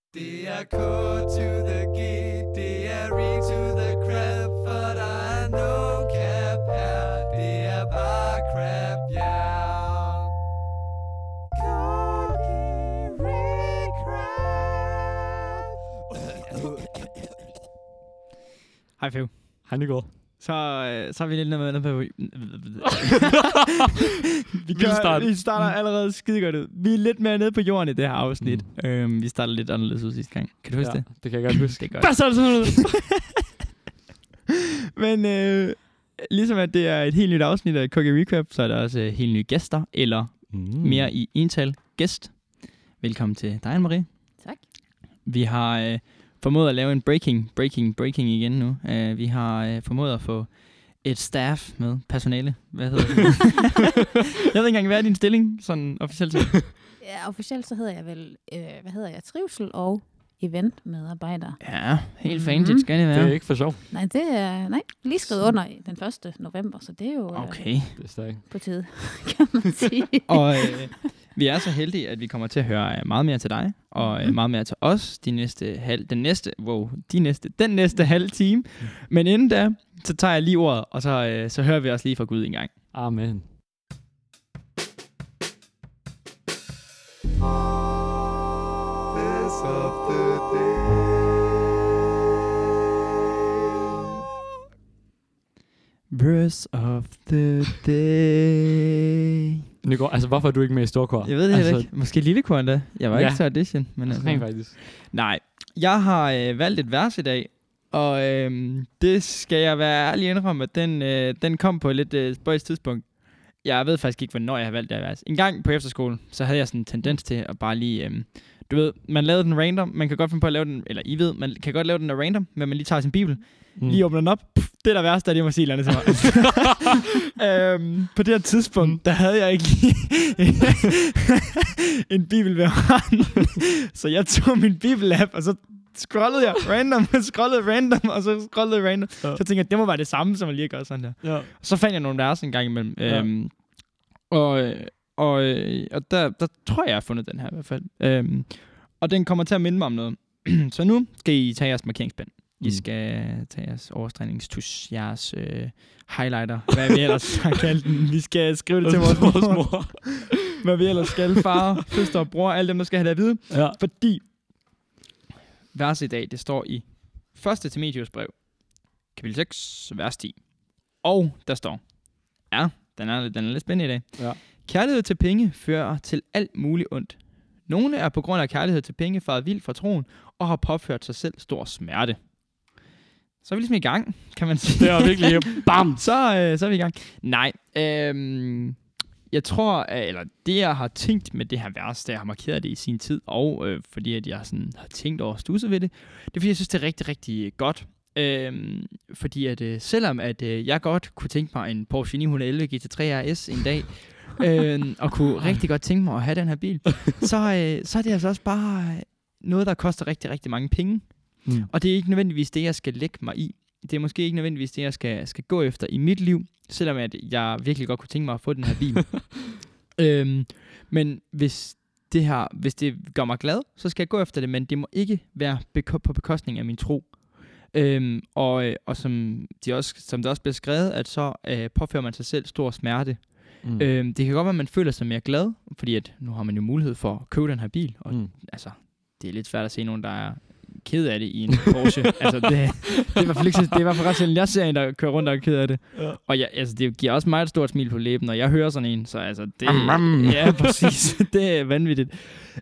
Det er K to the G, det er re to the crap, for der er no cap her, det er bare crap, yeah. Hej Fev. Hej Nico. Så er vi lidt nede på... vi starter allerede skide godt ud. Vi er lidt mere nede på jorden i det her afsnit. Vi starter lidt anderledes ud sidste gang. Kan du huske det? Det kan jeg godt huske. Det er godt. Hvad så sådan ud? Men ligesom at det er et helt nyt afsnit af KG Recap, så er der også helt nye gæster, eller mere i ental gæst. Velkommen til dig, Anne-Marie. Tak. Vi har formået at lave en breaking igen nu. Vi har formået at få et staff med, personale. Hvad hedder det? Jeg ved ikke engang, hvad er din stilling, sådan officielt set? Ja, officielt så hedder jeg vel, trivsel og eventmedarbejder. Ja, helt fancy skal det være. Det er ikke for sjov. Nej, det er lige skrevet under den 1. november, så det er jo Okay. Det er stærkt. på tide, kan man sige. Og vi er så heldige, at vi kommer til at høre meget mere til dig, og meget mere til os den næste halve time. Men inden da, så tager jeg lige ordet, og så hører vi også lige fra Gud en gang. Amen. Verse of the day. Verse of the day. Nico, altså hvorfor er du ikke med i storkor? Jeg ved det heller ikke. Måske lille kor endda. Jeg var ikke til audition. Men Rent faktisk. Nej, jeg har valgt et vers i dag, og det skal jeg være ærlig indrømme, at den kom på et lidt spøjs tidspunkt. Jeg ved faktisk ikke, hvornår jeg har valgt det vers. En gang på efterskolen, så havde jeg sådan en tendens til at bare lige... du ved, man lavede den random, man kan godt finde på at lave den, eller I ved, man kan godt lave den random, men man lige tager sin bibel, lige åbner den op, det der værste, det må sige et eller andet til mig. På det her tidspunkt, der havde jeg ikke lige en bibel ved hånden, så jeg tog min bibel-app, og så scrollede jeg random, og så scrollede random. Så tænkte jeg, det må være det samme, som at lige gøre sådan der. Ja. Så fandt jeg nogle vers en gang imellem. Og der tror jeg har fundet den her i hvert fald. Og den kommer til at minde mig om noget. Så nu skal I tage jeres markeringspen. I skal tage jeres overstregningstus, jeres highlighter, hvad vi ellers har kaldt den. Vi skal skrive det til vores mor. Hvad vi ellers skal, far, søster og bror, alle dem, der skal have det at vide. Ja. Fordi verset i dag, det står i 1. Timotheus brev, kapitel 6, vers 10. Og der står, den er lidt spændende i dag. Ja. Kærlighed til penge fører til alt muligt ondt. Nogle er på grund af kærlighed til penge faret vildt fra troen og har påført sig selv stor smerte. Så er vi ligesom i gang, kan man sige. Det er virkelig bam! Så er vi i gang. Nej, jeg tror, eller det jeg har tænkt med det her vers, da jeg har markeret det i sin tid, og fordi at jeg sådan har tænkt over stusset ved det, det er fordi jeg synes, det er rigtig, rigtig godt. Fordi at selvom at jeg godt kunne tænke mig en Porsche 911 GT3 RS en dag, og kunne rigtig godt tænke mig at have den her bil, så er det altså også bare noget, der koster rigtig, rigtig mange penge. Og det er ikke nødvendigvis det, jeg skal lægge mig i. Det er måske ikke nødvendigvis det, jeg skal gå efter i mit liv, selvom at jeg virkelig godt kunne tænke mig at få den her bil. Men hvis det gør mig glad, så skal jeg gå efter det, men det må ikke være på bekostning af min tro. Og som det også bliver skrevet, at så påfører man sig selv stor smerte. Det kan godt være, at man føler sig mere glad, fordi at nu har man jo mulighed for at købe den her bil, og altså, det er lidt svært at se nogen, der er ked af det i en Porsche. Altså, det er i hvert fald ikke, det er i hvert fald ret sjældent, jeg ser en, der kører rundt og er ked af det. Ja. Og det giver også mig et stort smil på læben, når jeg hører sådan en, så altså, det ja, præcis, det er vanvittigt.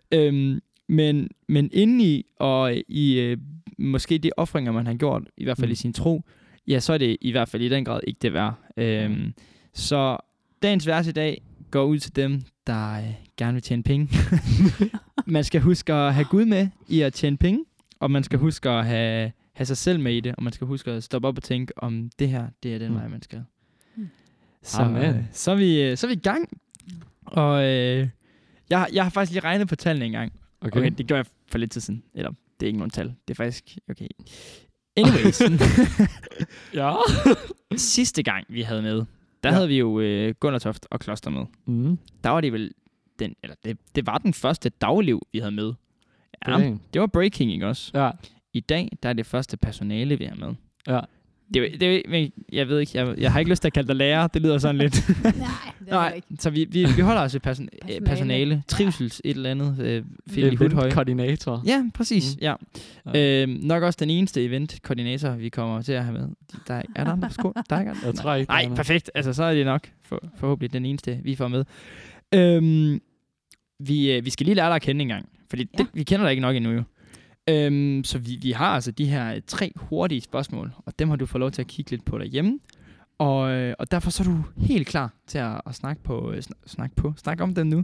Men indeni, og i måske de ofringer, man har gjort, i hvert fald i sin tro, ja, så er det i hvert fald i den grad ikke det værd. Så dagens vers i dag går ud til dem, der gerne vil tjene penge. Man skal huske at have Gud med i at tjene penge, og man skal huske at have sig selv med i det, og man skal huske at stoppe op og tænke, om det her, det er den vej, man skal. Så er vi i gang. Og jeg har faktisk lige regnet på tallene en gang. Okay, det gjorde jeg for lidt tid siden. Eller, det er ikke nogen tal. Det er faktisk, okay. Anyways. Ja. Sidste gang, vi havde med, der havde vi jo Gundertoft og Kloster med. Der var det vel det var den første dagliv, vi havde med. Ja, det var breaking, ikke også? Ja. I dag, der er det første personale, vi har med. Ja. Jeg ved ikke, jeg har ikke lyst til at kalde dig lærer. Det lyder sådan lidt. Nej, ikke. Så vi holder os i personale. Trivsels et eller andet. Event-koordinator. Ja, præcis. Ja. Nok også den eneste event-koordinator, vi kommer til at have med. Er der andre på skolen? Der er ikke andre. Jeg tror ikke. Nej, perfekt. Altså, så er det nok forhåbentlig den eneste, vi får med. Vi skal lige lære dig at kende en gang. Fordi vi kender dig ikke nok endnu jo. Så vi har altså de her 3 hurtige spørgsmål, og dem har du fået lov til at kigge lidt på derhjemme. Og derfor så er du helt klar til at snakke om dem nu.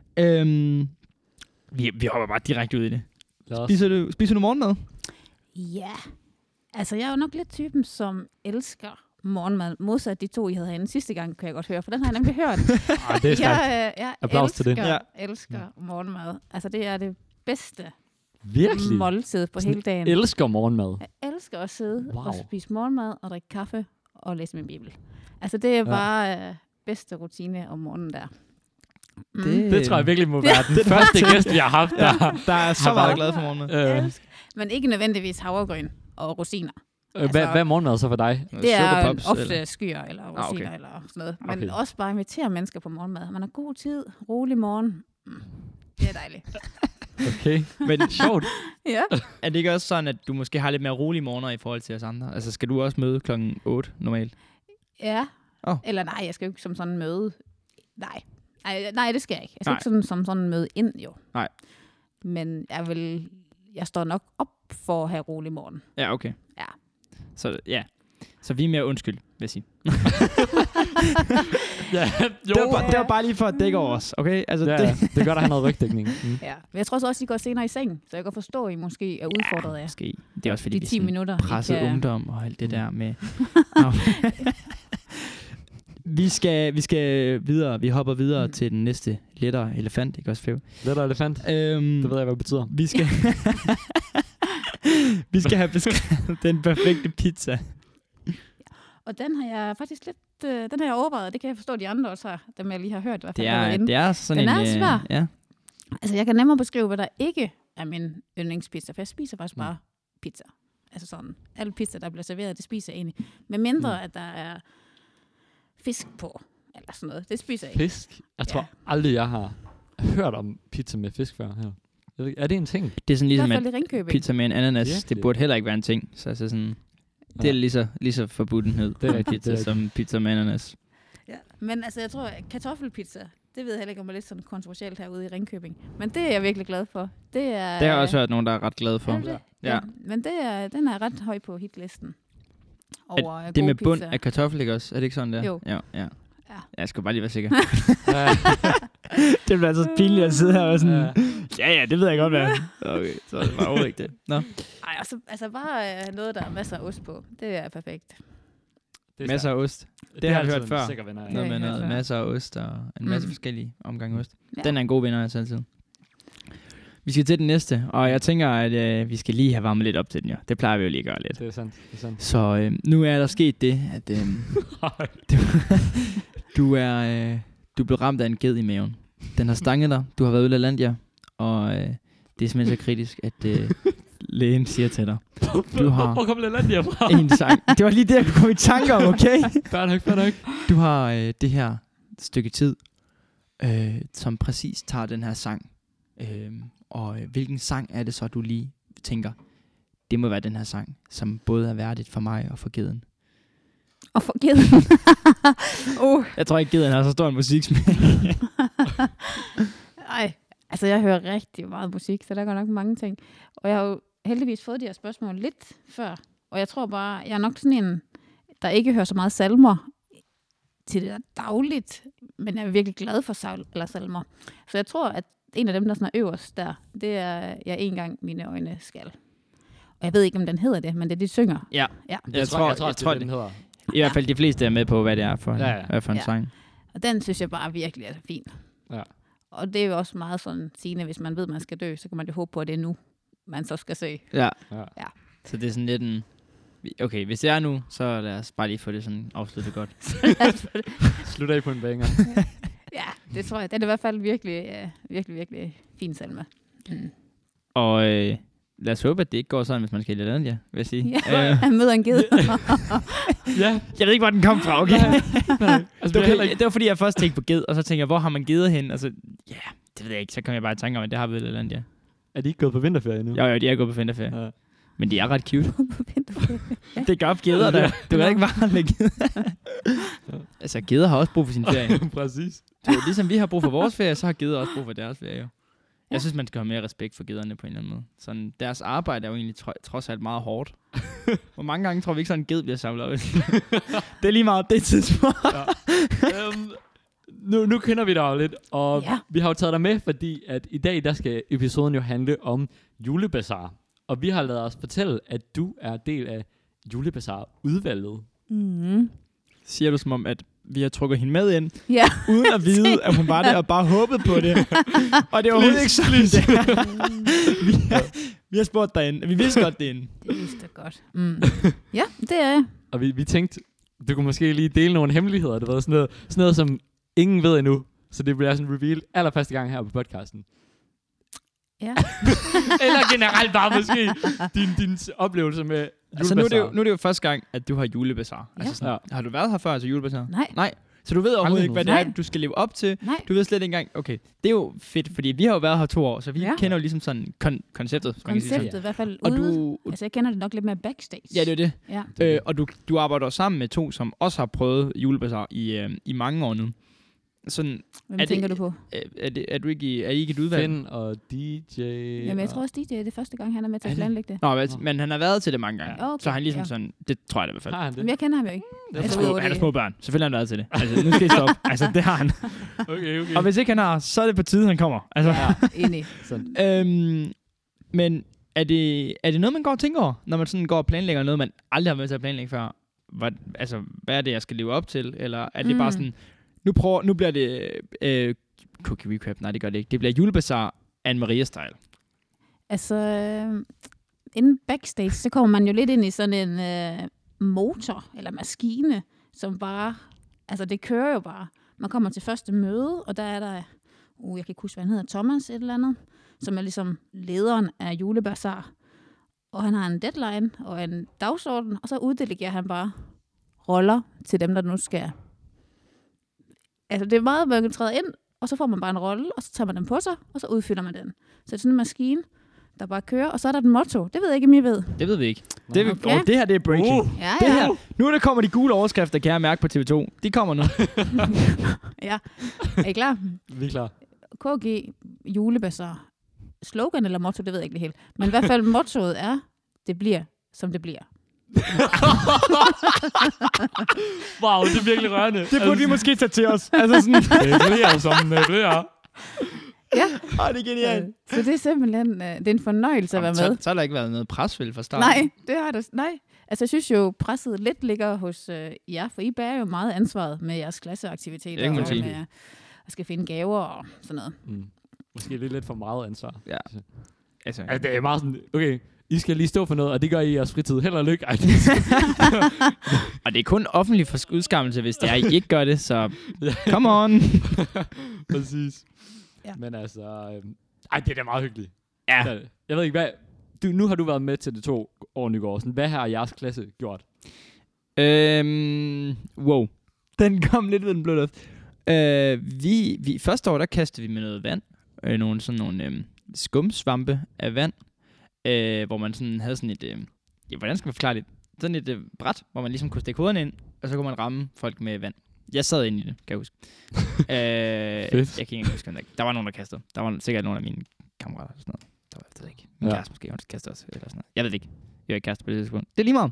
Vi hopper bare direkte ud i det. Spiser du morgenmad? Ja. Altså, jeg er jo nok lidt typen, som elsker morgenmad. Modsat de 2, I havde herinde sidste gang, kan jeg godt høre, for den har jeg nemlig hørt. Det er stærkt. Jeg Applaus til det. elsker morgenmad. Altså, det er det bedste Virkelig? måltid på hele dagen. Elsker morgenmad. Jeg elsker at sidde og spise morgenmad og drikke kaffe og læse min bibel. Altså, det er bare bedste rutine om morgenen der. Det tror jeg virkelig må være den første gæst, vi har haft. Der er så meget glad for morgenmad. Men ikke nødvendigvis havregryn og rosiner. Hvad er morgenmad så for dig? Det er ofte skyer eller rosiner eller sådan noget. Men også bare invitere mennesker på morgenmad. Man har god tid, rolig morgen. Det er dejligt. Okay, men sjovt. Ja. Er det ikke også sådan, at du måske har lidt mere rolige morgener i forhold til os andre? Altså, skal du også møde klokken 8 normalt? Ja. Eller nej, jeg skal jo ikke som sådan møde. Nej, det skal jeg ikke. Jeg skal ikke som sådan møde ind, jo. Nej. Men jeg står nok op for at have rolig morgen. Ja, okay. Ja. Så vi er mere undskyld, vil jeg sige. Jo. Det var bare lige for at dække over os, okay? Altså, det gør der have noget rygdækning. Ja, men jeg tror også, I går senere i seng, så jeg kan forstå, at I måske er udfordret af måske. Det er også fordi, de 10 minutter. Presset ungdom og alt det der med... Vi skal videre. Vi hopper videre til den næste lettere elefant, ikke også, Fev? Lettere elefant? Det ved jeg, hvad det betyder. Vi skal have beskrevet den perfekte pizza. Og den har jeg faktisk lidt... Den har jeg overvejet, det kan jeg forstå, de andre også har, dem jeg lige har hørt. Det er sådan den er svær. Ja. Altså, jeg kan nemmere beskrive, hvad der ikke er min yndlingspizza, for jeg spiser faktisk bare pizza. Altså sådan, alle pizza, der bliver serveret, det spiser jeg egentlig. Med mindre, at der er fisk på, eller sådan noget. Det spiser jeg ikke. Fisk? Jeg tror aldrig, jeg har hørt om pizza med fisk før her. Er det en ting? Det er sådan ligesom, at pizza med en ananas, virkelig? Det burde heller ikke være en ting. Så altså sådan... Det er lige så forbuddenhed. Det er pizza som pizza med ananas. Ja. Men altså, jeg tror, kartoffelpizza, det ved jeg heller ikke, om det er lidt sådan kontroversielt herude i Ringkøbing. Men det er jeg virkelig glad for. Det har jeg også hørt nogen, der er ret glade for. Ja. Men den er noget høj på hitlisten. Over det med bund af kartoffel, ikke også? Er det ikke sådan der? Jo. Ja. Jeg skal bare lige være sikker. Det bliver altså pinligt at sidde her og sådan... Ja, det ved jeg godt, hvad. Okay, så er det bare overhovedet det. Nå. Ej, altså bare noget, der er masser af ost på. Det er perfekt. Masser af ost. Det har vi hørt før. Noget med noget masser af ost og en masse forskellige omgange ost. Ja. Den er en god vinder, altså altid. Vi skal til den næste, og jeg tænker, at vi skal lige have varmet lidt op til den, jo. Det plejer vi jo lige at gøre lidt. Det er sandt. Så nu er der sket det, at du er blevet ramt af en ged i maven. Den har stanget dig. Du har været ude af Landia, og det er simpelthen så kritisk, at lægen siger til dig, du har... Hvor kom Landia fra? En sang. Det var lige det, jeg kunne komme i tanke om, okay? Fair nok. Du har det her stykke tid, som præcis tager den her sang. Og hvilken sang er det så, du lige tænker, det må være den her sang, som både er værdigt for mig og for geden? Og for geden? Jeg tror ikke, geden har så stor en musiksmag. Nej, altså jeg hører rigtig meget musik, så der går nok mange ting. Og jeg har jo heldigvis fået de her spørgsmål lidt før. Og jeg tror bare, jeg er nok sådan en, der ikke hører så meget salmer til det der dagligt, men jeg er virkelig glad for salmer. Så jeg tror, at en af dem, der sådan er øverst der, det er jeg en gang mine øjne skal. Og jeg ved ikke, om den hedder det, men det de synger. Ja. Jeg tror det, den hedder. I hvert fald de fleste er med på, hvad det er for en sang. Og den synes jeg bare virkelig er fin. Ja. Og det er jo også meget sådan sigende, hvis man ved, at man skal dø, så kan man jo håbe på, at det er nu, man så skal se. Ja. Så det er sådan lidt en... Okay, hvis det er nu, så lad os bare lige få det sådan afsluttet godt. Slut af på en banger. Ja, det tror jeg. Det er i hvert fald virkelig, virkelig fin salme. Og lad os håbe, at det ikke går sådan, hvis man skal i Lalandia, vil jeg sige. Ja, han møder en ged. Ja. Jeg ved ikke, hvor den kom fra, okay? Nej. Altså, Det var fordi, jeg først tænkte på ged, og så tænkte jeg, hvor har man geder hen? Altså, ja, det ved jeg ikke. Så kom jeg bare i tanke om, at det har vi i Lalandia. Er de ikke gået på vinterferie nu? Jo, de er gået på vinterferie. Ja. Men de er ret cute. Det gør geder der. Du kan ikke bare lægge geder. Altså, geder har også brug for sin ferie. Præcis. Så ligesom vi har brug for vores ferie, så har geder også brug for deres ferie. Jo. Jeg synes, man skal have mere respekt for gederne på en eller anden måde. Sådan, deres arbejde er jo egentlig trods alt meget hårdt. Hvor mange gange tror vi ikke, sådan en ged bliver samlet op? Det er lige meget det tidspunkt. Nu kender vi dig jo lidt, og vi har jo taget dig med, fordi at i dag, der skal episoden jo handle om julebazar. Og vi har ladet os fortælle, at du er del af julebazar-udvalget. Mm. Siger du som om, at vi har trukket hende med ind, Ja. uden at vide, at hun var der og bare håbede på det. Og det var overhovedet ikke sådan, det er. Vi har spurgt derinde. Vi vidste godt, det er inde. Det vidste jeg godt. Mm. Ja, det er jeg. Og vi tænkte, du kunne måske lige dele nogle hemmeligheder. Det var sådan noget, som ingen ved endnu. Så det bliver sådan en reveal allerførste gang her på podcasten. Ja. Eller generelt bare måske din oplevelse med julebazar. Altså nu er det jo første gang, at du har julebazar. Ja. Altså sådan, har du været her før, altså julebazar? Nej. Så du ved overhovedet ikke, hvad det er, Nej. du skal leve op til. Nej. Du ved slet ikke engang, okay, det er jo fedt, fordi vi har jo været her 2 år, så vi kender jo ligesom sådan konceptet. Man kan sige sådan. Konceptet i hvert fald Og ude. Altså, jeg kender det nok lidt mere backstage. Ja, det er det. Ja. Og du arbejder sammen med 2, som også har prøvet julebazar i mange år nu. Sådan, Hvem tænker du på? Er I ikke et udvalg? Finn og DJ. Jamen, jeg tror også, DJ er det første gang, han er med til at planlægge det. Nå, men han har været til det mange gange. Okay, Så han ligesom sådan, det tror jeg da i hvert fald. Har han det? Men jeg kender ham jo ikke. Han er små børn. Selvfølgelig har han været til det. Altså, nu skal I stoppe. Altså, det har han. Okay. Og hvis ikke han har, så er det på tide, han kommer. Altså, Enig. men er det noget, man går og tænker over, når man sådan går og planlægger noget, man aldrig har været til at planlægge før? Hvad er det, jeg skal leve op til? Eller er det bare sådan, nu bliver det cookie recap? Nej, det gør det ikke. Det bliver julebazar Anne-Maria-style. Altså, inden backstage, så kommer man jo lidt ind i sådan en motor eller maskine, som bare, altså det kører jo bare. Man kommer til første møde, og der er der, jeg kan ikke huske, hvad han hedder, Thomas et eller andet, som er ligesom lederen af julebazar. Og han har en deadline og en dagsorden, og så uddelegerer han bare roller til dem, der nu skal. Altså det er meget, man kan træde ind, og så får man bare en rolle, og så tager man den på sig, og så udfylder man den. Så det er sådan en maskine, der bare kører, og så er der et motto. Det ved jeg ikke, om I ved. Det ved vi ikke. Okay. Det her, det er breaking. Ja, Det ja. her, nu der kommer de gule overskrifter, kan jeg mærke på TV2. De kommer nu. Ja. Er I klar? Vi er klar. KG julebazar. Slogan eller motto, det ved jeg ikke helt. Men i hvert fald mottoet er, det bliver, som det bliver. Wow, det er virkelig rørende. Det burde vi måske tage til os. Altså sådan. Det bliver som det bliver. Ja. Det er genialt. Så det er simpelthen det er en fornøjelse at være med. Så har der ikke været noget pres vel fra start. Nej, det har der. Nej. Altså, jeg synes jo, presset lidt ligger hos jer, for I bærer jo meget ansvaret med jeres klasseaktiviteter. Det kan man og sige. med at skal finde gaver og sådan noget. Måske lidt for meget ansvar. Ja. Altså, Det er meget sådan, okay, I skal lige stå for noget, og det gør I i jeres fritid. Held og lykke. og det er kun offentlig udskammelse, hvis det er, I ikke gør det, så come on. Præcis. Ja. Men altså, det er da meget hyggeligt. Ja. Jeg ved ikke, nu har du været med til det 2 år, Nygaard. Hvad har jeres klasse gjort? Wow. Den kom lidt ved den blå luft. Vi første år, der kastede vi med noget vand. Nogle skumsvampe af vand. Hvor man sådan havde sådan et... hvordan skal man forklare det? Sådan et bræt, hvor man ligesom kunne stikke hovederne ind, og så kunne man ramme folk med vand. Jeg sad inde i det, kan jeg huske. Jeg kan ikke huske, der var nogen, der kastede. Der var sikkert nogle af mine kammerater og sådan noget. Der var, jeg ved ikke. Min kæreste måske, hun kastede også, eller sådan noget. Jeg ved ikke. Jeg er ikke kæreste på det tidspunkt. Det er lige meget.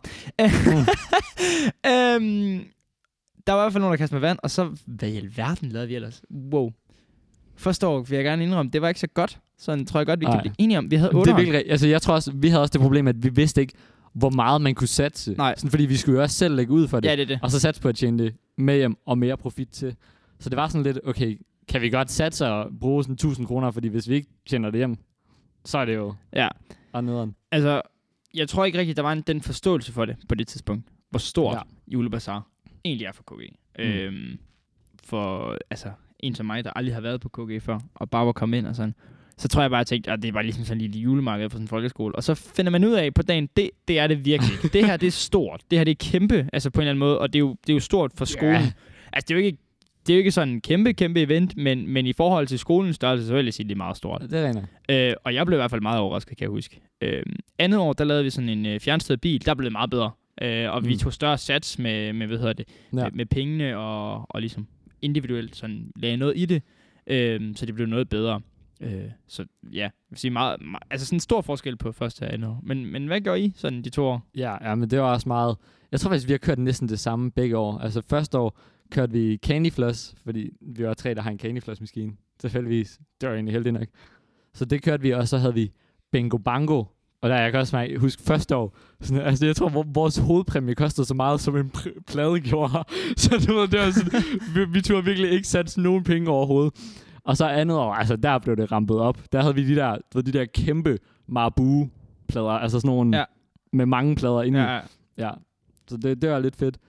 Der var i hvert fald nogen, der kastede med vand, og så, hvad i alverden lavede vi ellers? Wow. Første år vil jeg gerne indrømme, det var ikke så godt. Sådan tror jeg godt, vi kan blive enige om. Vi havde 8 det er virkelig, altså jeg tror også, vi havde også det problem, at vi vidste ikke, hvor meget man kunne satse. Nej. Sådan, fordi vi skulle jo også selv lægge ud for det. Ja, det er det. Og så satse på at tjene det med hjem og mere profit til. Så det var sådan lidt, okay, kan vi godt satse og bruge sådan 1000 kroner, fordi hvis vi ikke tjener det hjem, så er det jo nederen. Altså, jeg tror ikke rigtigt, der var den forståelse for det på det tidspunkt. Hvor stort julebazar egentlig er for KG. For altså en som mig, der aldrig har været på KG før, og bare var kommet ind og sådan. så tror jeg bare, at jeg tænkte, at det var ligesom sådan en lille julemarked på sådan en folkeskole. Og så finder man ud af på dagen, det er det virkelig ikke. Det her, det er stort. Det her, det er kæmpe, altså på en eller anden måde. Og det er jo stort for skolen. Ja. Altså, det er jo ikke sådan en kæmpe event, men i forhold til skolens størrelse, så vil jeg sige, det er meget stort. Det er rent. Og jeg blev i hvert fald meget overrasket, kan jeg huske. Andet år, der lavede vi sådan en fjernstyret bil. Der blev det meget bedre. Og vi tog større sats med hvad hedder det, med pengene og ligesom individuelt sådan lagde noget i det. Så det blev noget bedre. Så ja, jeg vil sige meget, altså sådan en stor forskel på første og andet år. Men hvad gør I sådan de 2 år? Ja, men det var også meget... Jeg tror faktisk, vi har kørt næsten det samme begge år. Altså første år kørte vi Candy Floss, fordi vi var 3, der har en Candy Floss-maskine. Tilfældigvis. Det var egentlig heldig nok. Så det kørte vi, og så havde vi Bingo Bango. Og der jeg kan også huske første år. Sådan, altså jeg tror, vores hovedpræmie kostede så meget, som en plade gjorde. Så det var sådan, vi turde virkelig ikke sat nogen penge overhovedet. Og så andet år, altså der blev det rampet op. Der havde vi de der kæmpe Marabu-plader, altså sådan nogle med mange plader inde i. Ja. Så det var lidt fedt.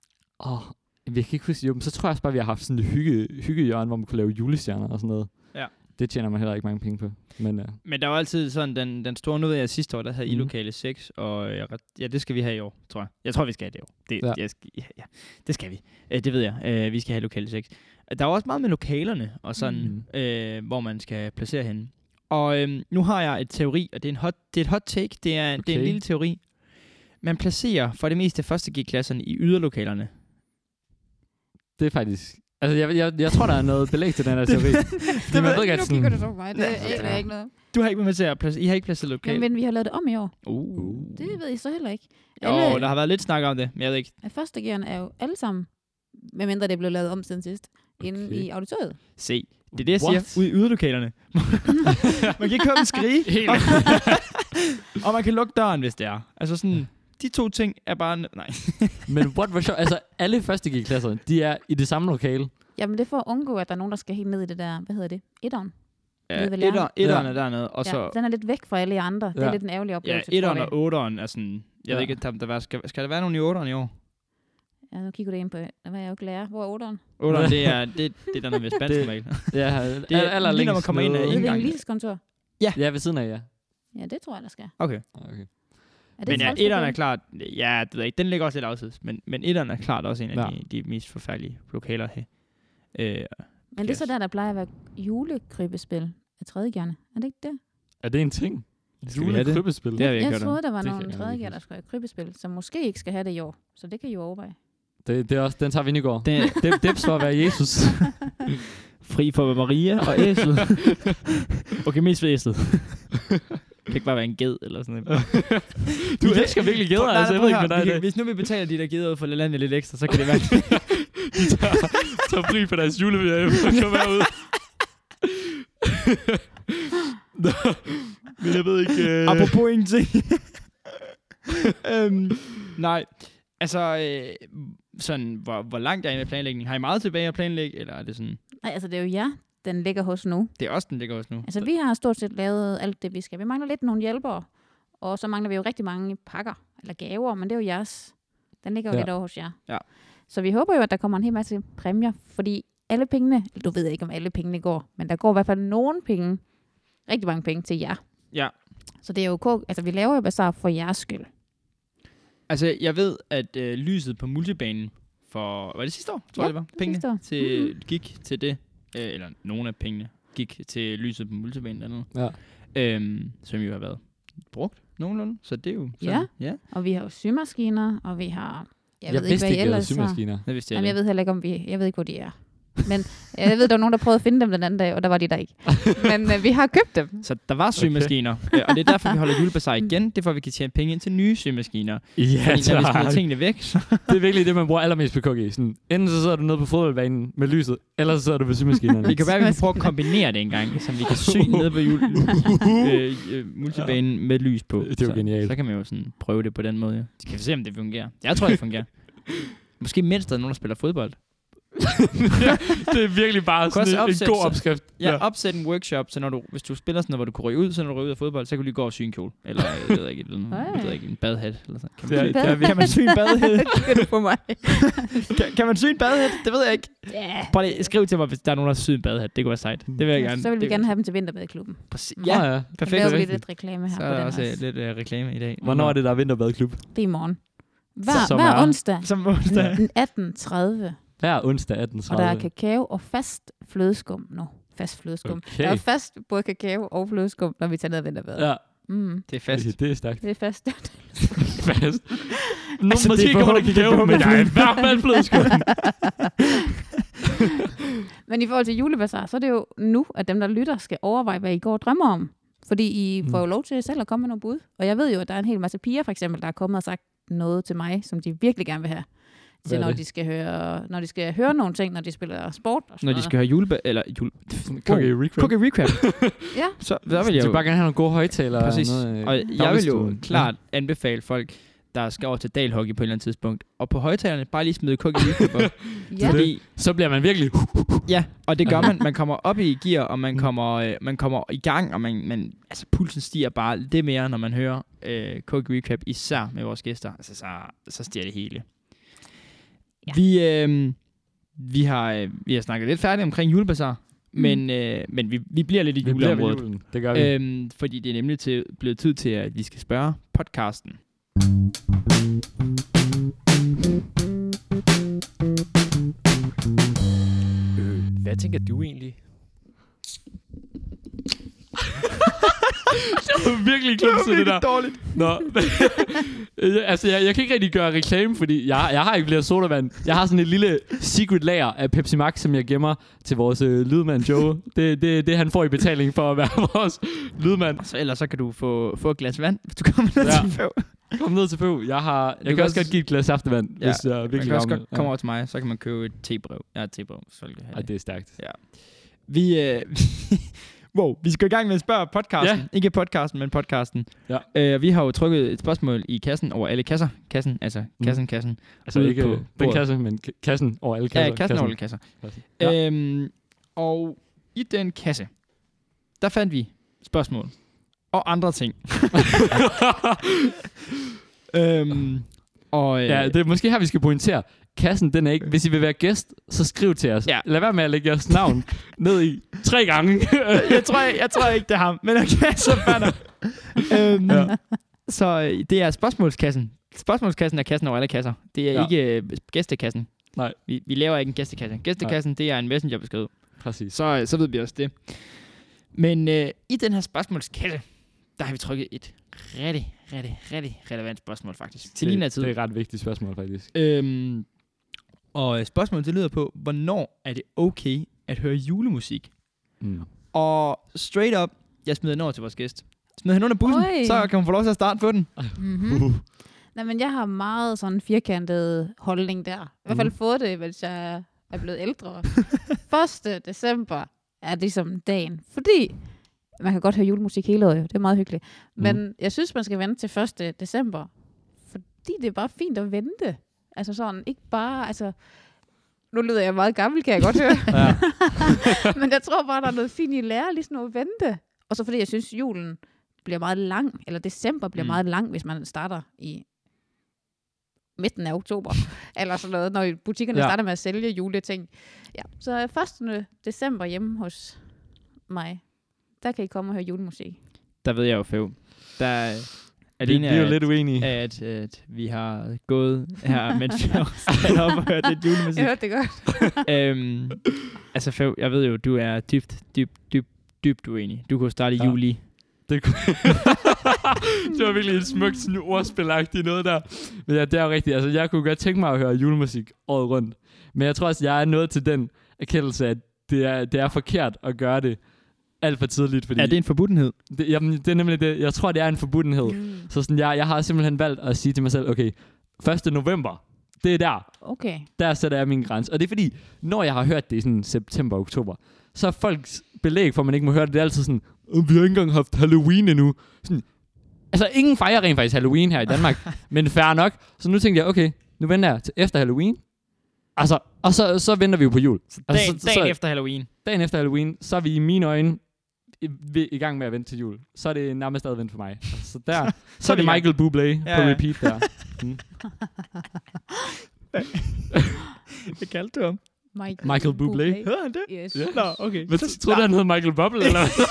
Jeg kan ikke huske, men så tror jeg også bare, vi har haft sådan et hyggehjørne, hvor man kunne lave julestjerner og sådan noget. Ja. Det tjener man heller ikke mange penge på. Men der var altid sådan, den store noget af sidste år, der havde I lokale 6, og det skal vi have i år, tror jeg. Jeg tror, vi skal have det i år. Det skal vi. Det ved jeg. Vi skal have lokale 6. Der er også meget med lokalerne, og sådan, hvor man skal placere henne. Og nu har jeg et teori, og det er et hot take. Det er en lille teori. Man placerer for det meste første G-klasserne i yderlokalerne. Det er faktisk... Altså, jeg tror, der er noget belæg til den her teori. Det man ved ikke, sådan... Nu kigger du så på mig. Det er ikke noget. Du har ikke med til at I har ikke placeret lokal. Men vi har lavet det om i år. Det ved I så heller ikke. Der har været lidt snak om det, men jeg ved ikke. Første G'erne er jo alle sammen, medmindre det blev lavet om siden sidst, inde i auditoriet. Se, det er det, jeg siger. Ude i yderlokalerne. Man kan ikke høre dem skrige. Og man kan lukke døren, hvis det er. Altså sådan... De 2 ting er bare... Nej. Men hvor sjovt. Altså, alle første G-klasser, de er i det samme lokale. Jamen, det er for at undgå, at der er nogen, der skal helt ned i det der... Hvad hedder det? Etteren. Ja, etteren er dernede. Og så... Den er lidt væk fra alle andre. Det er lidt en ærgerlig oplevelse. Ja, etteren og otteren er sådan... Jeg ved ikke, skal der være nogen i otteren i år? Ja, nu kigger du ind på... Hvad er jeg jo ikke lærer? Hvor er otteren? Otteren, det er dernede ved spansk normalt. Ja, det er lige når man kommer ind af indgangen. Det er en kontor. Ja, ved siden af, ja. Ja, det tror jeg, der skal. Okay. Men ja, etteren er klart, ja, det ved jeg ikke, den ligger også lidt afsides, men etteren er klart også en af de mest forfærdelige lokaler her. Men det er så der plejer at være julekrybespil af 3. G'erne. Er det ikke det? Er det en ting? Julekrybespil? Jeg troede, der var nogle 3. G'er, der skulle have krybespil, som måske ikke skal have det i år. Så det kan I jo overveje. Det er også, den tager vi ind i går. Deps for at være Jesus. Fri for Maria og æsel. Okay, mest for æslet. Det kan ikke bare være en ged eller sådan noget. Du elsker virkelig geder, altså. Jeg ved ikke, hvad der er. Hvis nu vi betaler de der geder ud for landet lidt ekstra, så kan det være... De tager fri for deres juleferie og kommer herud. Men jeg ved ikke... Apropos ingenting. Nej, altså... sådan, hvor langt er I med planlægning? Har I meget tilbage at planlægge, eller er det sådan... Nej, altså det er jo jer, den ligger hos nu. Det er også den ligger hos nu. Altså vi har stort set lavet alt det, vi skal. Vi mangler lidt nogle hjælpere, og så mangler vi jo rigtig mange pakker, eller gaver, men det er jo jeres. Den ligger jo lidt over hos jer. Ja. Så vi håber jo, at der kommer en hel masse præmier, fordi alle pengene, du ved ikke, om alle pengene går, men der går i hvert fald nogle penge, rigtig mange penge til jer. Ja. Så det er jo, altså vi laver jo basar for jeres skyld. Altså, jeg ved, at lyset på multibanen var det sidste år, tror jeg det var? Pengene gik til det, eller nogle af pengene gik til lyset på multibanen eller noget. Ja. Som jo har været brugt nogenlunde, så det er jo sådan. Ja. Og vi har jo symaskiner, og vi har... Jeg ved ikke, hvad I ellers har. Jamen, jeg ved heller ikke, jeg ved ikke, hvor de er. Men jeg ved, der var nogen, der prøvede at finde dem den anden dag, og der var de der ikke. Men vi har købt dem. Så der var symaskiner, og det er derfor, vi holder julebasar igen. Det er for, at vi kan tjene penge ind til nye symaskiner. Ja, fordi når vi smider tingene væk, så... Det er virkelig det, man bruger allermest på KG. Sådan, enten så sidder du nede på fodboldbanen med lyset, eller så sidder du ved symaskinerne. Det kan være, at vi kan prøve at kombinere det en gang, så vi kan sy nede på multibanen med lys på. Det er jo genialt. Så kan man jo sådan prøve det på den måde. Ja. Så kan vi se, om det fungerer. Jeg tror, det fungerer. Måske mindst der er nogen, der spiller fodbold. Det er virkelig bare kunne også sådan en opsætte god sig. opskrift. Ja, opsæt en workshop, så hvis du spiller sådan noget, hvor du kunne ryge ud, så når du ryger ud af fodbold, så kan du lige gå og sy en kjole. Eller, jeg ved ikke, en badhat. Eller sådan. Kan man sy en badhat? Kigger du på mig? kan man sy en badhat? Det ved jeg ikke. Ja. Bare lige skriv til mig, hvis der er nogen, der syr en badhat. Det kunne være sejt. Det vil jeg gerne. Så vil vi gerne have dem til Vinterbadklubben. Præcis. Ja, Ja, ja. perfekt. Laver vi lidt reklame her Så på er den der også også. lidt reklame i dag. Hvornår er det, der er vinterbadklub? Det er i morgen. Som Hver er- onsdag. Som onsdag. 18.30. Hver onsdag 18.30. Og der er kakao og fast flødeskum nu. Fast flødeskum. Okay. Der er fast både kakao og flødeskum, når vi tager ned og vinterbad. Ja, Mm. Det er fast. det er stærkt. Det er fast. Fast. Nu Altså, måske det er kommer der forhåbentlig- kakao, men der er i hvert fald flødeskum. Men i forhold til julebazar, så er det jo nu, at dem, der lytter, skal overveje, hvad I går og drømmer om. Fordi I får jo lov til selv at komme med nogle bud. Og jeg ved jo, at der er en hel masse piger, for eksempel, der er kommet og sagt noget til mig, som de virkelig gerne vil have. Hvad er Til det? når de skal høre nogle ting, når de spiller sport. Og sådan Når de skal høre Cookie recap. Cookie recap. Ja. Så vil jeg De jo... vil bare gerne have nogle gode højtalere. Præcis. Noget, Og jeg vil jo dagligstuen. klart anbefale folk, der skal over til dalhockey på et eller andet tidspunkt. Og på højtalerne bare lige smide Cookie recap op. Ja. Fordi, Så bliver man virkelig... ja, og det gør man. Man kommer op i gear, og man kommer i gang, og altså pulsen stiger bare det mere, når man hører Cookie recap, især med vores gæster. Altså, så stiger det hele. Ja. Vi har snakket lidt færdigt omkring julebazar, men vi bliver lidt i Vi bliver ved juleområdet. julen. Det gør vi. Fordi det er nemlig blevet tid til, at vi skal spørge podcasten. Hvad tænker du egentlig? Det var virkelig klumset, det der. dårligt. Nå. Altså, jeg kan ikke rigtig gøre reklame, fordi jeg har ikke flere sodavand. Jeg har sådan et lille secret lager af Pepsi Max, som jeg gemmer til vores lydmand Joe. Det han får i betaling for at være vores lydmand. Ellers så kan du få et glas vand, hvis du kommer ned Ja. til Føv. Kom ned til Føv. Jeg kan kan også godt give et glas saftevand, Ja, hvis jeg Man virkelig kan også vil. godt komme over til mig, så kan man købe et tebrev. Jeg har et tebrev, hvis folk vil have Ja, det. det er stærkt. Vi skal i gang med at spørge podcasten. Ja. Ikke podcasten, men podcasten. Ja. Vi har jo trykket et spørgsmål i kassen over alle kasser. Kassen. Altså Ude ikke på den bordet. kasse, men kassen over alle kasser. Ja, kassen over alle kasser. Ja. Og i den kasse, der fandt vi spørgsmål og andre ting. Ja, det er måske her, vi skal pointere. Kassen, den er ikke... Hvis I vil være gæst, så skriv til os. Ja. Lad være med at lægge jeres navn ned i 3 gange. jeg tror ikke, det er ham, men okay, så fatter. Ja. Så det er spørgsmålskassen. Spørgsmålskassen er kassen over alle kasser. Det er ikke gæstekassen. Nej. Vi laver ikke en gæstekasse. Gæstekassen, det er en messengerbesked. Præcis. Så ved vi også det. Men i den her spørgsmålskasse, der har vi trykket et rigtig relevant spørgsmål faktisk. Til lige tid. Det er et ret vigtigt spørgsmål, faktisk. Og spørgsmålet det lyder på, hvornår er det okay at høre julemusik? Mm. Og straight up, jeg smider den over til vores gæst. Smider hende under bussen, Oj. så kan hun få lov til at starte på den. Mm-hmm. Nej, men jeg har meget sådan firkantet holdning der. I hvert fald fået det, mens jeg er blevet ældre. 1. december er ligesom dagen. Fordi man kan godt høre julemusik hele året, jo. Det er meget hyggeligt. Men jeg synes, man skal vente til 1. december. Fordi det er bare fint at vente. Altså sådan, ikke bare... Altså, nu lyder jeg meget gammel, kan jeg godt høre. Ja. Men jeg tror bare, der er noget fint i at lære lige sådan at vente. Og så fordi jeg synes, julen bliver meget lang, eller december bliver meget lang, hvis man starter i midten af oktober, eller sådan noget, når butikkerne starter med at sælge juleting. Ja, så 1. december hjemme hos mig, der kan I komme og høre julemusik. Der ved jeg jo fæv. Der Vi er jo lidt uenige. at vi har gået her, mens vi har stået op og hørt lidt julemusik. Jeg hørte det godt. Altså fæv, jeg ved jo, du er dybt uenig. Du kunne starte i juli. Det var virkelig et smukt sådan ordspilagtigt noget der. Men ja, det er jo rigtigt. Altså, jeg kunne godt tænke mig at høre julemusik året rundt. Men jeg tror også, jeg er nået til den erkendelse, at det er forkert at gøre det alt for tidligt. Fordi Er det en forbundenhed? det er nemlig det. Jeg tror, det er en forbundenhed. Så sådan, jeg har simpelthen valgt at sige til mig selv, okay, 1. november, det er der. Okay. Der sætter jeg min grænse. Og det er fordi, når jeg har hørt det i sådan september og oktober, så er folks belæg for, at man ikke må høre det, det er altid sådan, vi har ikke engang haft Halloween endnu. Sådan, altså, ingen fejrer rent faktisk Halloween her i Danmark, men fair nok. Så nu tænkte jeg, okay, nu venter jeg til efter Halloween. Altså, Og så venter vi jo på jul. Dagen efter Halloween. Dagen efter Halloween, så er vi i mine øjne i gang med at vente til jul. Så er det nærmest advent for mig. Så der, så er det Michael Bublé på repeat der. Hvad kaldte du ham? Michael Bublé. Hedder han det? Yes. Nå, okay. Men tror du, han hedder Michael Bubble, eller hvad?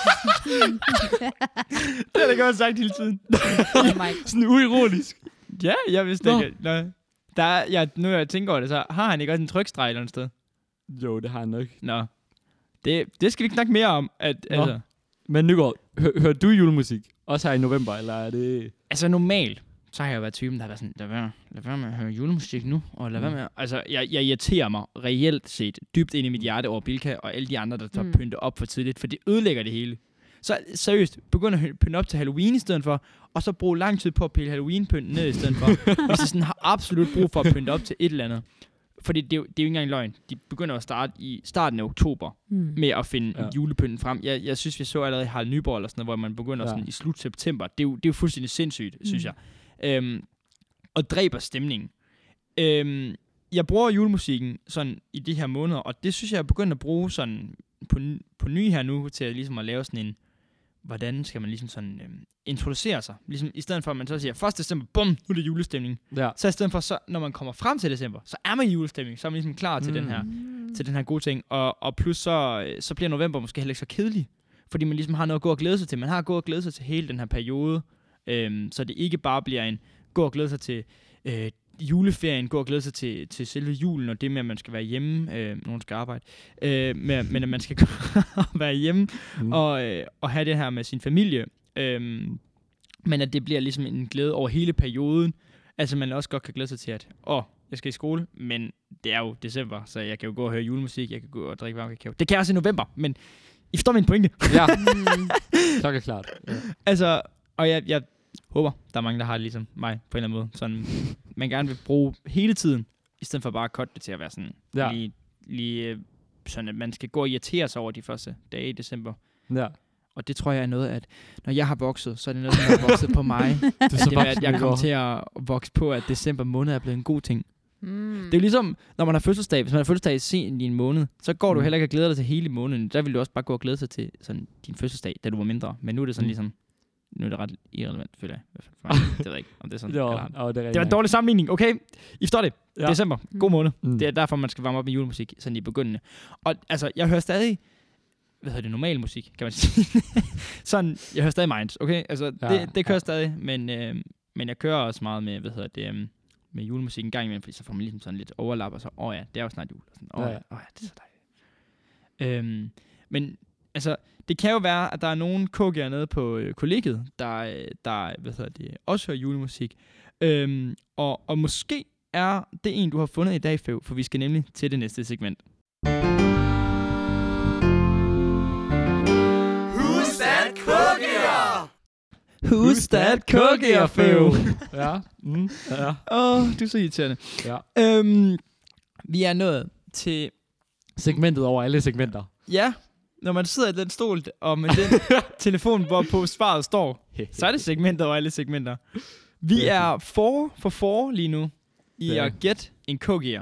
Det har jeg godt sagt hele tiden. Sådan uironisk. Ja, jeg vidste ikke. Nå. Nu jeg tænker over det, så har han ikke også en trykstreg eller andet sted? Jo, det har han nok. Nå. Det skal vi ikke snakke mere om. Altså. Men Nygaard, hører du julemusik? Også her i november, eller er det... Altså normalt, så har jeg jo været typen, der har været sådan, lad være med at høre julemusik nu, og lad være med... Altså, jeg irriterer mig reelt set dybt ind i mit hjerte over Bilka og alle de andre, der tager pynte op for tidligt, for det ødelægger det hele. Så seriøst, begynd at pynte op til Halloween i stedet for, og så bruge lang tid på at pille Halloween-pynt ned i stedet for, hvis de sådan har absolut brug for at pynte op til et eller andet. Fordi det er jo ikke engang løgn. De begynder at starte i starten af oktober med at finde julepynten frem. Jeg synes, vi så allerede i Harald Nyborg eller sådan noget, hvor man begynder sådan i slut september. Det er jo fuldstændig sindssygt, synes jeg. Og dræber stemningen. Jeg bruger julemusikken sådan i de her måneder, og det synes jeg er begyndt at bruge sådan på ny her nu, til ligesom at lave sådan en, hvordan skal man ligesom sådan introducere sig. Ligesom i stedet for, at man så siger, 1. december, bum, nu er det julestemning. Ja. Så i stedet for, så, når man kommer frem til december, så er man i julestemning, så er man ligesom klar til den her gode ting. Og plus så bliver november måske heller ikke så kedelig, fordi man ligesom har noget at gå og glæde sig til. Man har gået og glæde sig til hele den her periode, så det ikke bare bliver en gå og glæde sig til juleferien, gå og glæde sig til selve julen, og det med, at man skal være hjemme, nogen skal arbejde, men at man skal være hjemme og have det her med sin familie, men at det bliver ligesom en glæde over hele perioden, altså man også godt kan glæde sig til, at jeg skal i skole, men det er jo december, så jeg kan jo gå og høre julemusik, jeg kan gå og drikke varm kakao. Det kan jeg også i november, men I forstår min pointe. Ja, klokkeklart. Ja. Altså, og jeg håber, der er mange, der har det ligesom mig på en eller anden måde. Sådan, man gerne vil bruge hele tiden, i stedet for bare at cutte det til at være sådan lige sådan, at man skal gå og irritere sig over de første dage i december. Ja. Og det tror jeg er noget, at når jeg har vokset, så er det noget, der har vokset på mig. Det med, at jeg kommer til at vokse på, at december måned er blevet en god ting. Det er jo ligesom, når man har fødselsdag. Hvis man har fødselsdag sent i en måned, så går du heller ikke og glæder dig til hele måneden. Der vil du også bare gå og glæde sig til sådan, din fødselsdag, da du var mindre. Men nu er det sådan ligesom... Nu er det ret irrelevant, føler jeg. Det ved jeg ikke, om det er sådan. Det var en dårlig sammenligning, okay? I forstår det. Ja. December. God måned. Det er derfor, man skal varme op med julemusik, sådan i begyndende. Og altså, jeg hører stadig... normal musik, kan man sige. Sådan, jeg hører stadig Minds, okay? Altså, det kører stadig, men jeg kører også meget med, med julemusik en gang imellem, fordi så får man ligesom sådan lidt overlap, og så, det er jo snart jul. Og sådan, det er så dejligt. Men, altså, det kan jo være, at der er nogen KG'er nede på kollegiet, der også hører julemusik. Og måske er det en, du har fundet i dag, Fev, for vi skal nemlig til det næste segment. Who's that cookier? Who's that cookier, Fev? Ja. Du er så irriterende. Ja. Vi er nået til... segmentet over alle segmenter. Ja. Når man sidder i den stol, og med den telefon, hvorpå svaret står, så er det segmenter over alle segmenter. Vi er for lige nu i at gætte en KG'er.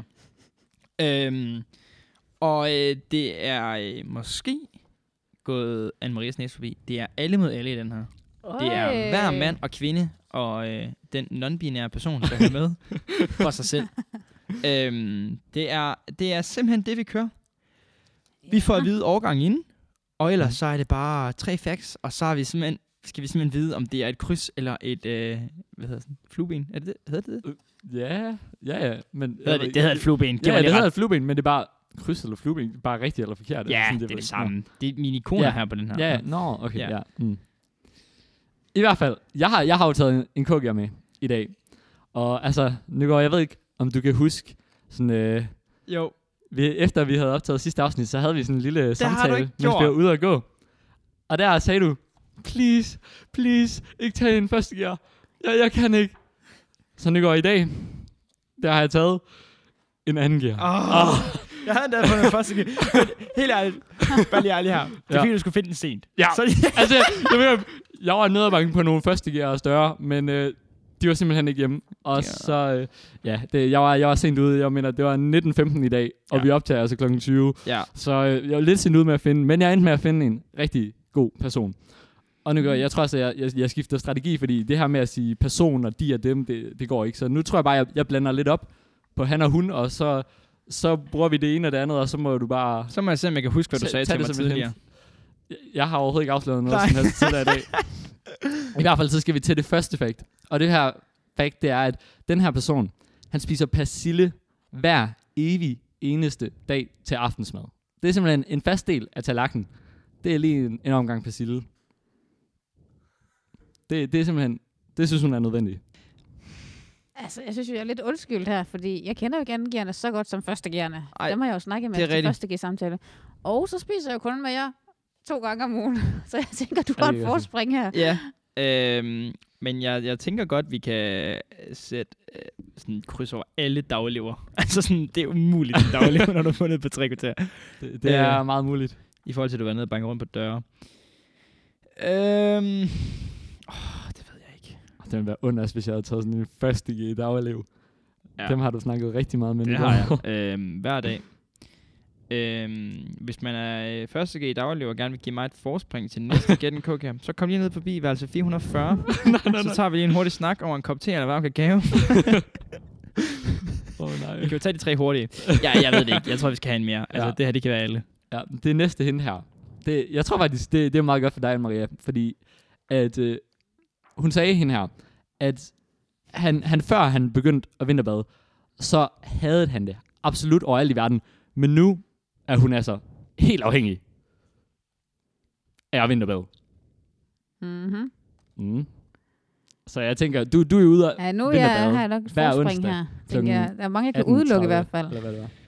Og det er måske gået Anne-Marias næse forbi. Det er alle mod alle i den her. Det er hver mand og kvinde og den non-binære person, der er med for sig selv. Det er simpelthen det, vi kører. Vi får at vide årgang inden, og ellers så er det bare 3 facts, og så er vi skal vi simpelthen vide, om det er et kryds eller et, flueben. Er det det? Hedder det det? Ja. Men, det hedder et flueben. Det hedder et flueben, men det er bare kryds eller flueben. Bare rigtigt eller forkert. Ja, det er det samme. Det er mine ikoner her på den her. Ja, okay. Ja. I hvert fald, jeg har jo taget en KG'er med i dag. Og altså, Nygaard, jeg ved ikke, om du kan huske sådan... Jo. Efter vi havde optaget sidste afsnit, så havde vi sådan en lille samtale, mens vi var ude at gå. Og der sagde du, please, ikke tage en første gear. Jeg kan ikke. Så nu går i dag, der har jeg taget en anden gear. Jeg havde endda fået en første gear. Helt ærligt, bare lige ærligt her. Det er fordi, du skulle finde den sent. Ja, altså, jeg var nede og banke på nogle første gear og større, men De var simpelthen ikke hjemme. Og Ja. så, jeg var sent ude. Jeg mener, det var 19.15 i dag, og Ja. vi optager altså kl. 20. Ja. Så jeg var lidt sent ude med at finde, men jeg endte med at finde en rigtig god person. Og nu jeg tror også, at jeg skifter strategi, fordi det her med at sige person og de og dem, det går ikke. Så nu tror jeg bare, at jeg blander lidt op på han og hun, og så bruger vi det ene og det andet, og så må du bare... Så må jeg se, om jeg kan huske, hvad du sagde Tag til det mig som et tidligere. Jeg har overhovedet ikke afsløret noget Nej. som helst til dig i dag. I hvert fald så skal vi til det første fact. Og det her fact, det er, at den her person, han spiser persille hver evig eneste dag til aftensmad. Det er simpelthen en fast del af tallerkenen. Det er lige en omgang persille. Det er simpelthen, det synes hun er nødvendigt. Altså, jeg synes jo, jeg er lidt undskyldt her, fordi jeg kender jo ikke andengearne så godt som førstegerne. Ej, Dem har jeg jo snakket med det er til rigtigt. første G-samtale. Og så spiser jeg jo kun med jer 2 gange om ugen. Så jeg tænker, du Ja, har det et kan jeg forspring her. Ja, men jeg tænker godt, vi kan sætte sådan et kryds over alle daglever. Altså sådan, det er umuligt en daglever, når du har fundet på 3 kvarter. Det er meget muligt. I forhold til, at du var nede og banke rundt på døre. Det ved jeg ikke. Det ville være ondt, hvis jeg havde taget sådan en første G i dagelev. Ja. Dem har du snakket rigtig meget med. Det nu. har jeg. Hver dag. Hvis man er første G i daglever og gerne vil give mig et forspring til næste Get en Cook her, så kom lige ned forbi værelse 440. Så tager vi lige en hurtig snak over en kop te eller varm kakao. Nej. Vi kan jo tage de 3 hurtige. Ja, jeg ved det ikke. Jeg tror, vi skal have en mere. Altså, Ja. det her, det kan være alle. Ja, det næste hende her. Jeg tror faktisk, det er meget godt for dig, Maria, fordi at hun sagde hende her, at han før han begyndte at vinterbade, så havde han det absolut overalt i verden, men nu er hun altså helt afhængig af at vinterbade. Mm-hmm. Mm. Så jeg tænker, du er ude og Ja, nu vinterbade har jeg nok et hver forspring onsdag her. Tænker jeg. Der er mange, jeg kan 18:30, udelukke i hvert fald. Eller hvad det var.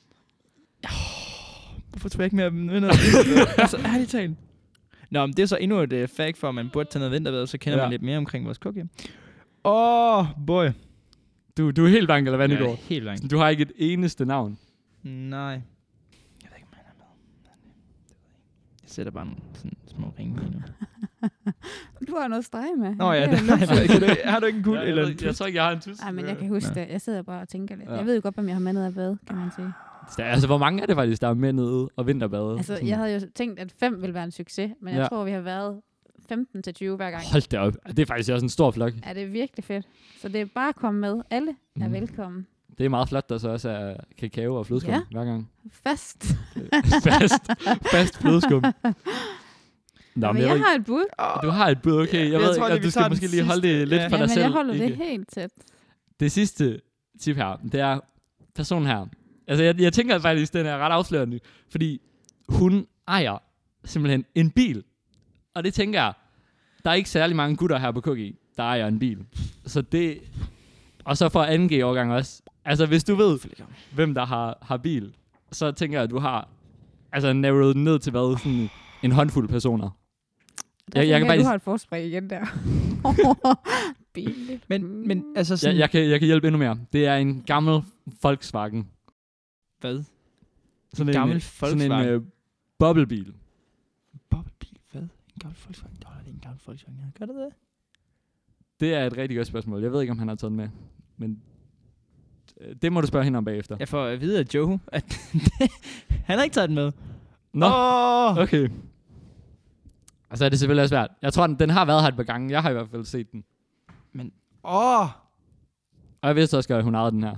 Hvorfor tror jeg ikke mere med altså, ærligt talt. Nå, men det er så endnu et fact for, at man burde tage noget vinterbad, så kender man lidt mere omkring vores cook. Boy. Du er helt blank, eller hvad det Jeg er går? helt langt. Du har ikke et eneste navn. Nej. Jeg ved ikke, om han er med. Jeg sætter bare nogle sådan små ringe lige nu. Du har noget at strege med. Nå ja, Det er det luksus. har du ikke en kul eller en jeg tror ikke, jeg har en tus. Ej, men jeg kan huske det. Jeg sidder bare og tænker lidt. Ja. Jeg ved jo godt, om jeg har med ned ad bade, kan man sige. Altså, hvor mange er det faktisk, der er med nede og vinterbade? Altså, Sådan- jeg havde jo tænkt, at 5 ville være en succes, men jeg Ja. tror, vi har været 15-20 hver gang. Hold da op. Det er faktisk også en stor flok. Ja, det er virkelig fedt. Så det er bare at komme med. Alle er Mm. velkommen. Det er meget flot, der så også er kakao og flødeskum Ja. hver gang. Fast. Fast flødeskum. Nå, Men jeg har et bud. Du har et bud, okay. Ja, Jeg jeg ved tror ikke, lige, at vi du skal tager måske den lige holde det sidste. lidt Ja. for Ja, dig men selv. jeg holder det ikke? helt tæt. Det sidste tip her, det er personen her. Altså, jeg tænker faktisk, den er ret afslørende, fordi hun ejer simpelthen en bil. Og det tænker jeg, der er ikke særlig mange gutter her på Cookie, der ejer en bil. Så det... Og så for 2G-årgang også. Altså, hvis du ved, hvem der har bil, så tænker jeg, at du har altså narrowed ned til hvad? Sådan en håndfuld personer. Der Jeg kan jeg faktisk- du har et forspring igen der. Bil. Men altså sådan... Jeg kan hjælpe endnu mere. Det er en gammel Volkswagen. Hvad? Sådan En gammel Sådan Volkswagen? en boblebil. Boblebil? Hvad? En gammel Volkswagen? Det er en gammel Volkswagen. Gør det det? Det er et rigtig godt spørgsmål. Jeg ved ikke, om han har taget den med. Men det må du spørge hende om bagefter. Jeg får at vide af Joe, at han har ikke taget den med. Nå, Okay. okay. Og så er det selvfølgelig også svært. Jeg tror, den har været her et par gange. Jeg har i hvert fald set den. Og jeg vidste også godt, at hun ejede den her.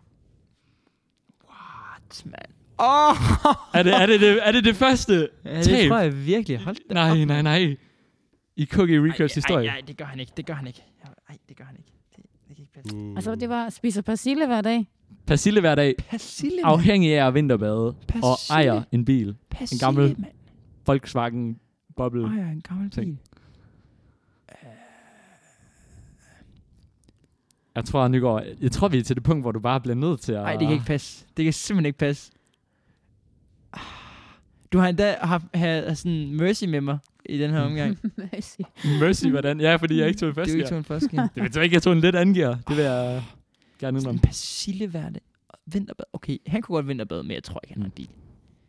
What, man? Er det det første Ja, det tab? tror jeg virkelig. Hold da op. Nej. I Cookie Records historie. Nej, det gør han ikke. Det gør han ikke. Nej, det gør han ikke. Det kan ikke passe. Altså, det var spiser persille hver dag. Persille hver dag. Persille, mand. Afhængig af at vinterbade. Og Persille. ejer en bil. Persille, gammel mand. Volkswagen Bobble. Ejer en gammel ting. bil. Jeg tror, vi er til det punkt, hvor du bare bliver nødt til at... Nej, det kan ikke passe. Det kan simpelthen ikke passe. Du har endda haft sådan Mercy med mig i den her omgang. Mercy, hvordan? Ja, fordi jeg ikke tog en Du første ikke gear. tog en første gear. Det betyder ikke, at jeg tog en lidt anden gear. Det vil jeg gerne Sådan indrømme. en persille hverdag. Vinterbad. Okay, han kunne godt vinterbade, men jeg tror ikke, han har en bil.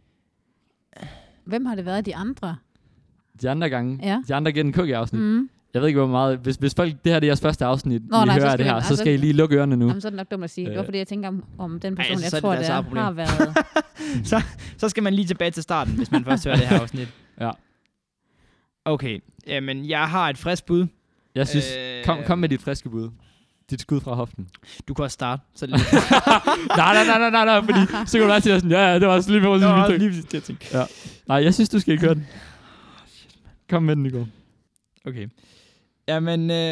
Hvem har det været de andre? De andre gange, Ja. de andre Get en Cookie afsnit. Mm. Jeg ved ikke, hvor meget... Hvis folk... Det her det er jeres første afsnit, I nej, så hører skal det her, vi- så altså- skal I lige lukke ørerne nu. Jamen, så er det nok dumt at sige. Det var fordi, jeg tænker om den person, altså, så er jeg det tror, deres det eget problem. har været... Så skal man lige tilbage til starten, hvis man først hører det her afsnit. Ja. Okay, jamen jeg har et frisk bud. Jeg synes... Kom med dit friske bud. Dit skud fra hoften. Du kan også starte. Så er det lidt. nej, fordi så kan du bare sige sådan, ja, det var også lige på Det var også min lige præcis det, jeg tænkte. Nej, jeg synes, du skal køre den. Kom med den, Nico. Okay. Jamen, nej,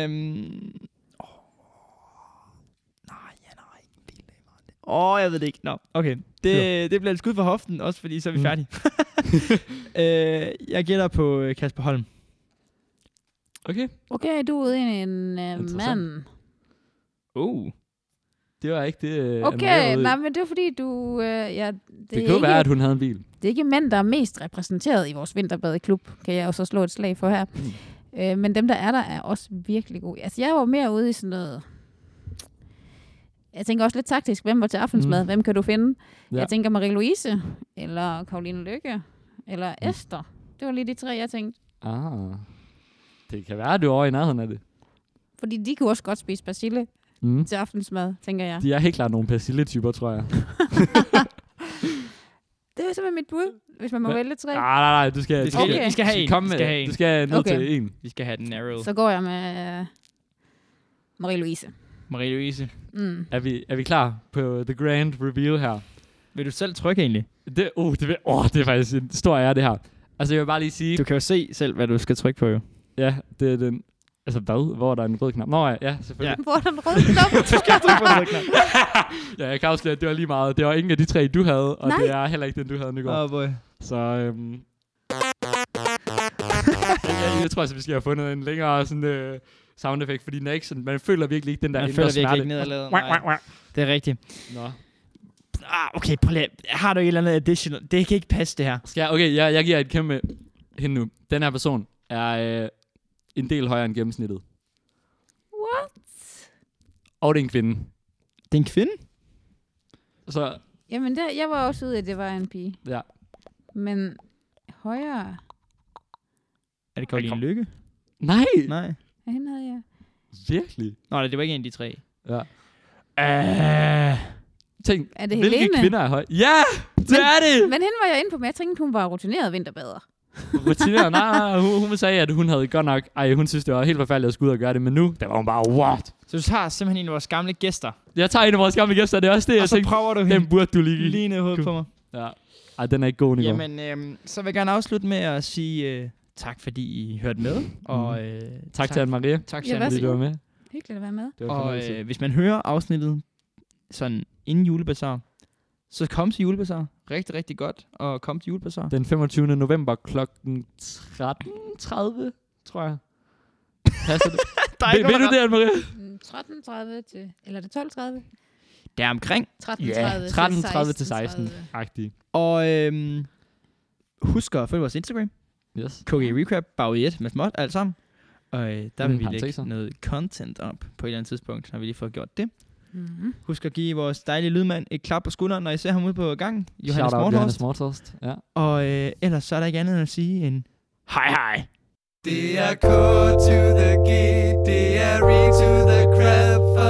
jeg ved det ikke. Nå, okay. Det bliver et skud for hoften, også fordi så er vi færdige. Jeg gætter på Kasper Holm. Okay. Okay, du er ude i en Interessant. mand. Det var ikke det, Okay, nej, men det var fordi, du... ja, det kunne være, at hun havde en bil. Det er ikke mænd, der er mest repræsenteret i vores vinterbadeklub, kan jeg jo så slå et slag for her. Men dem, der er også virkelig gode. Altså, jeg var mere ude i sådan noget... Jeg tænker også lidt taktisk. Hvem var til aftensmad? Hvem kan du finde? Ja. Jeg tænker Marie-Louise, eller Karoline Lykke, eller Esther. Det var lige de tre, jeg tænkte. Det kan være, at du er over i nærheden af det. Fordi de kunne også godt spise persille til aftensmad, tænker jeg. De er helt klart nogle persille-typer, tror jeg. Det er simpelthen mit bud, hvis man må vælge tre. Nej, du skal... Vi skal have en. Kom Vi med, skal have en. du skal ned til en. Vi skal have den narrow. Så går jeg med Marie-Louise. Marie-Louise. Er vi klar på the grand reveal her? Vil du selv trykke egentlig? Det er faktisk en stor ære, det her. Altså, jeg vil bare lige sige... Du kan jo se selv, hvad du skal trykke på, jo. Ja, det er den... Altså, hvad? Hvor er der en rød knap? Nå ja, selvfølgelig. Hvor er den røde knap? Du skal trykke på den røde knap. Ja, jeg kan afsløre, at det var lige meget. Det var ingen af de tre, du havde, og Nej. det er heller ikke den, du havde, Nico. Åh, boy. Så, jeg tror altså, vi skal have fundet en længere sådan, sound effect, fordi den er ikke sådan, man føler virkelig ikke den der Man indre føler virkelig smerte. ikke nederlaget. Nej. Det er rigtigt. Nå. Okay, prøv lige. Har du et eller andet additional? Det kan ikke passe, det her. Okay, jeg giver et kæmpe hende nu. Den her person er en del højere end gennemsnittet. What? Og det er en kvinde. Det er en kvinde? Så, Jamen, jeg var også ude i, at det var en pige. ja. Men højere... Er det Karoline Lykke? Nej! Nej. Ja, hende havde jeg. Virkelig? Nå, det var ikke en af de tre. Ja. Er Tænk, det hvilke Helene? kvinder er høje? Ja! Det er det! Men hende var jeg inde på, men jeg tænkte, hun var rutineret vinterbader. Rutineret, nej, hun sagde, at hun havde godt nok... hun synes, det var helt forfærdeligt at skulle ud og gøre det, men nu, der var hun bare, what? Så du tager simpelthen en af vores gamle gæster. Jeg tager en af vores gamle gæster, det er også det, Og jeg så tænkte, prøver du hende den burde du lige ned i hovedet på mig. Ja. Ej, den er ikke god, Nico. Jamen, så vil jeg gerne afslutte med at sige tak, fordi I hørte med. Og tak til Anne-Marie, tak til Ja, Anne, fordi du var med. Hyggeligt at være med. Det var Og fornøjelse. hvis man hører afsnittet sådan inden julebazar, så kom til julebazar. Rigtig, rigtig godt. Og kom til julebazar. Den 25. november klokken 13.30, tror jeg. Passer det? Ved du det, Anne-Marie? 13.30 til... Eller er det 12.30? Der omkring. 13.30 13.30 til 16-agtigt. Og husk at følge vores Instagram. Yes. KG Recap, bare i et med småt, alt sammen. Og der vil vi lægge parenteser. noget content op på et eller andet tidspunkt, når vi lige får gjort det. Mm-hmm. Husk at give vores dejlige lydmand et klap på skulderen, når I ser ham ude på gangen. Johannes Shout out Morthorst. Johannes Morthorst. Ja. Og ellers så er der ikke andet end at sige en hej hej. Det er K to the G, det er R to the crab,